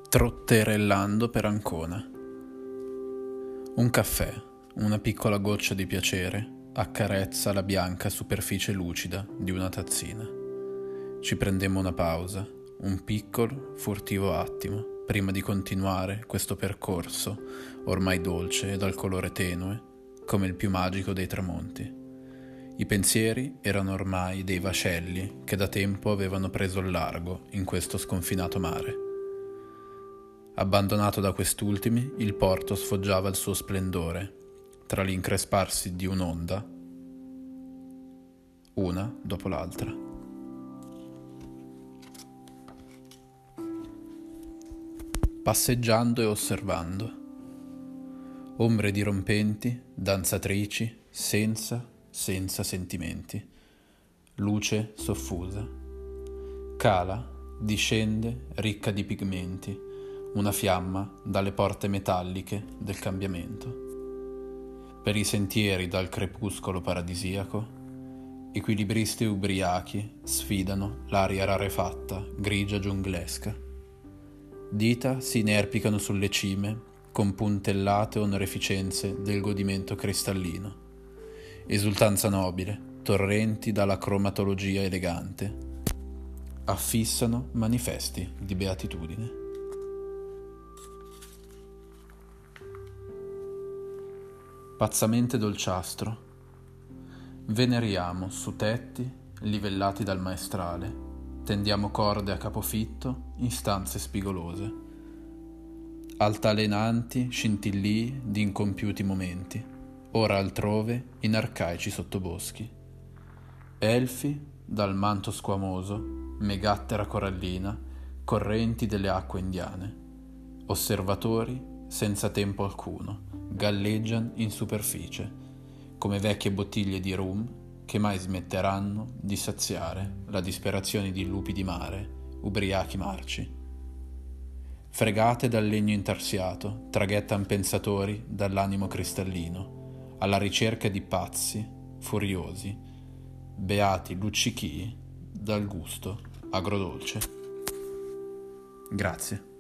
Trotterellando per Ancona. Un caffè, una piccola goccia di piacere, accarezza la bianca superficie lucida di una tazzina. Ci prendemmo una pausa, un piccolo, furtivo attimo, prima di continuare questo percorso, ormai dolce e dal colore tenue, come il più magico dei tramonti. I pensieri erano ormai dei vascelli che da tempo avevano preso il largo in questo sconfinato mare. Abbandonato da quest'ultimi, il porto sfoggiava il suo splendore, tra l'incresparsi di un'onda, una dopo l'altra. Passeggiando e osservando. Ombre dirompenti, danzatrici, senza sentimenti. Luce soffusa. Cala, discende, ricca di pigmenti. Una fiamma dalle porte metalliche del cambiamento. Per i sentieri dal crepuscolo paradisiaco, equilibristi ubriachi sfidano l'aria rarefatta, grigia giunglesca. Dita si inerpicano sulle cime con puntellate onoreficenze del godimento cristallino. Esultanza nobile, torrenti dalla cromatologia elegante, affissano manifesti di beatitudine. Pazzamente dolciastro. Veneriamo su tetti livellati dal maestrale, tendiamo corde a capofitto in stanze spigolose. Altalenanti scintillii di incompiuti momenti, ora altrove in arcaici sottoboschi. Elfi dal manto squamoso, megattera corallina, correnti delle acque indiane. Osservatori senza tempo alcuno, galleggiano in superficie, come vecchie bottiglie di rum che mai smetteranno di saziare la disperazione di lupi di mare, ubriachi marci. Fregate dal legno intarsiato, traghettan pensatori dall'animo cristallino, alla ricerca di pazzi, furiosi, beati luccichii dal gusto agrodolce. Grazie.